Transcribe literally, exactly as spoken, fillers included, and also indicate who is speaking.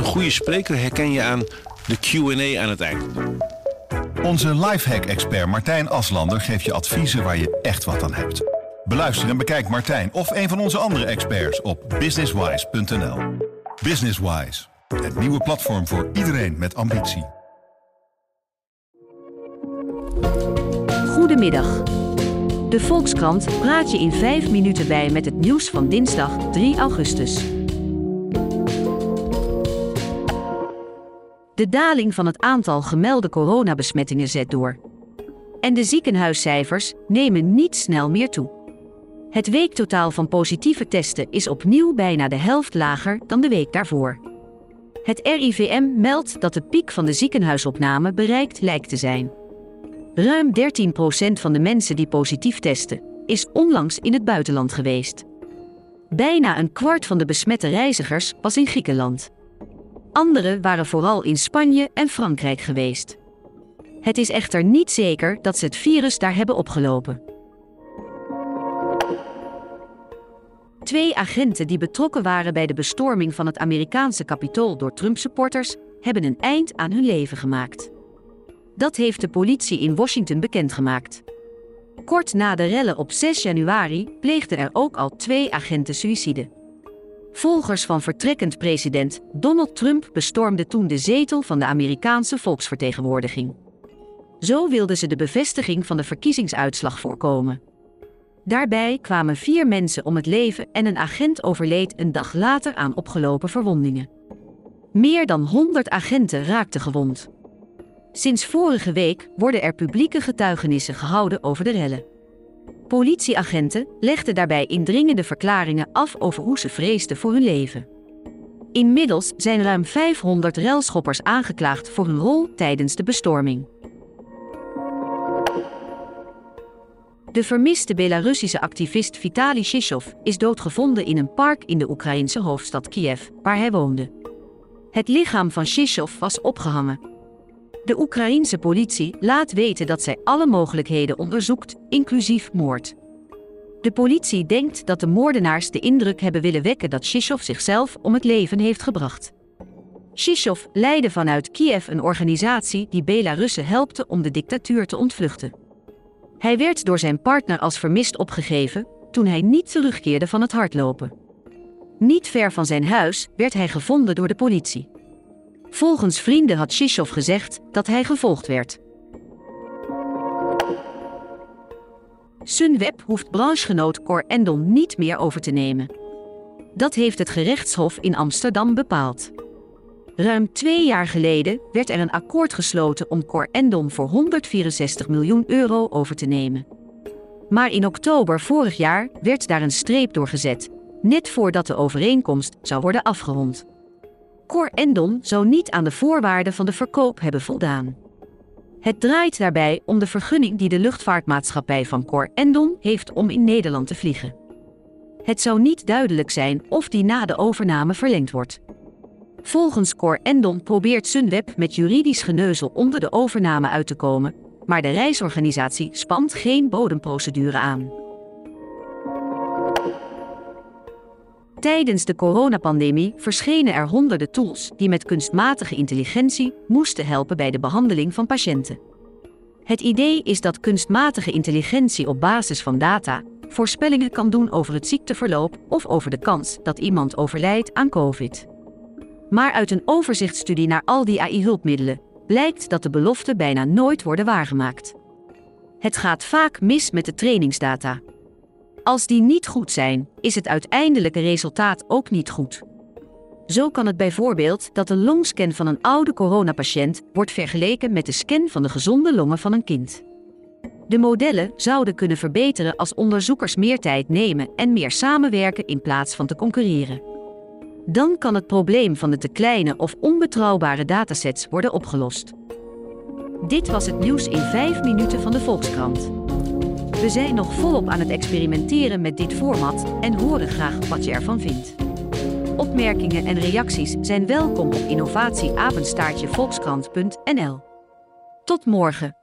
Speaker 1: goede spreker herken je aan de Q en A aan het eind.
Speaker 2: Onze lifehack-expert Martijn Aslander geeft je adviezen waar je echt wat aan hebt. Beluister en bekijk Martijn of een van onze andere experts op businesswise punt n l. Businesswise, het nieuwe platform voor iedereen met ambitie.
Speaker 3: Goedemiddag. De Volkskrant praat je in vijf minuten bij met het nieuws van dinsdag drie augustus. De daling van het aantal gemelde coronabesmettingen zet door. En de ziekenhuiscijfers nemen niet snel meer toe. Het weektotaal van positieve testen is opnieuw bijna de helft lager dan de week daarvoor. Het R I V M meldt dat de piek van de ziekenhuisopname bereikt lijkt te zijn. Ruim dertien procent van de mensen die positief testen, is onlangs in het buitenland geweest. Bijna een kwart van de besmette reizigers was in Griekenland. Anderen waren vooral in Spanje en Frankrijk geweest. Het is echter niet zeker dat ze het virus daar hebben opgelopen. Twee agenten die betrokken waren bij de bestorming van het Amerikaanse Capitool door Trump-supporters, hebben een eind aan hun leven gemaakt. Dat heeft de politie in Washington bekendgemaakt. Kort na de rellen op zes januari pleegden er ook al twee agenten suïcide. Volgers van vertrekkend president Donald Trump bestormden toen de zetel van de Amerikaanse volksvertegenwoordiging. Zo wilden ze de bevestiging van de verkiezingsuitslag voorkomen. Daarbij kwamen vier mensen om het leven en een agent overleed een dag later aan opgelopen verwondingen. Meer dan honderd agenten raakten gewond. Sinds vorige week worden er publieke getuigenissen gehouden over de rellen. Politieagenten legden daarbij indringende verklaringen af over hoe ze vreesden voor hun leven. Inmiddels zijn ruim vijfhonderd relschoppers aangeklaagd voor hun rol tijdens de bestorming. De vermiste Belarussische activist Vitali Shishov is doodgevonden in een park in de Oekraïense hoofdstad Kiev, waar hij woonde. Het lichaam van Shishov was opgehangen. De Oekraïense politie laat weten dat zij alle mogelijkheden onderzoekt, inclusief moord. De politie denkt dat de moordenaars de indruk hebben willen wekken dat Shishov zichzelf om het leven heeft gebracht. Shishov leidde vanuit Kiev een organisatie die Belarussen helpte om de dictatuur te ontvluchten. Hij werd door zijn partner als vermist opgegeven toen hij niet terugkeerde van het hardlopen. Niet ver van zijn huis werd hij gevonden door de politie. Volgens vrienden had Shishov gezegd dat hij gevolgd werd. Sunweb hoeft branchegenoot Cor Endon niet meer over te nemen. Dat heeft het gerechtshof in Amsterdam bepaald. Ruim twee jaar geleden werd er een akkoord gesloten om Cor Endon voor honderdvierenzestig miljoen euro over te nemen. Maar in oktober vorig jaar werd daar een streep door gezet, net voordat de overeenkomst zou worden afgerond. Cor Endon zou niet aan de voorwaarden van de verkoop hebben voldaan. Het draait daarbij om de vergunning die de luchtvaartmaatschappij van Cor Endon heeft om in Nederland te vliegen. Het zou niet duidelijk zijn of die na de overname verlengd wordt. Volgens Cor Endon probeert Sunweb met juridisch geneuzel onder de overname uit te komen, maar de reisorganisatie spant geen bodemprocedure aan. Tijdens de coronapandemie verschenen er honderden tools die met kunstmatige intelligentie moesten helpen bij de behandeling van patiënten. Het idee is dat kunstmatige intelligentie op basis van data voorspellingen kan doen over het ziekteverloop of over de kans dat iemand overlijdt aan COVID. Maar uit een overzichtsstudie naar al die A I-hulpmiddelen blijkt dat de beloften bijna nooit worden waargemaakt. Het gaat vaak mis met de trainingsdata. Als die niet goed zijn, is het uiteindelijke resultaat ook niet goed. Zo kan het bijvoorbeeld dat de longscan van een oude coronapatiënt wordt vergeleken met de scan van de gezonde longen van een kind. De modellen zouden kunnen verbeteren als onderzoekers meer tijd nemen en meer samenwerken in plaats van te concurreren. Dan kan het probleem van de te kleine of onbetrouwbare datasets worden opgelost. Dit was het nieuws in vijf minuten van de Volkskrant. We zijn nog volop aan het experimenteren met dit format en horen graag wat je ervan vindt. Opmerkingen en reacties zijn welkom op innovatie apenstaartje volkskrant punt n l. Tot morgen.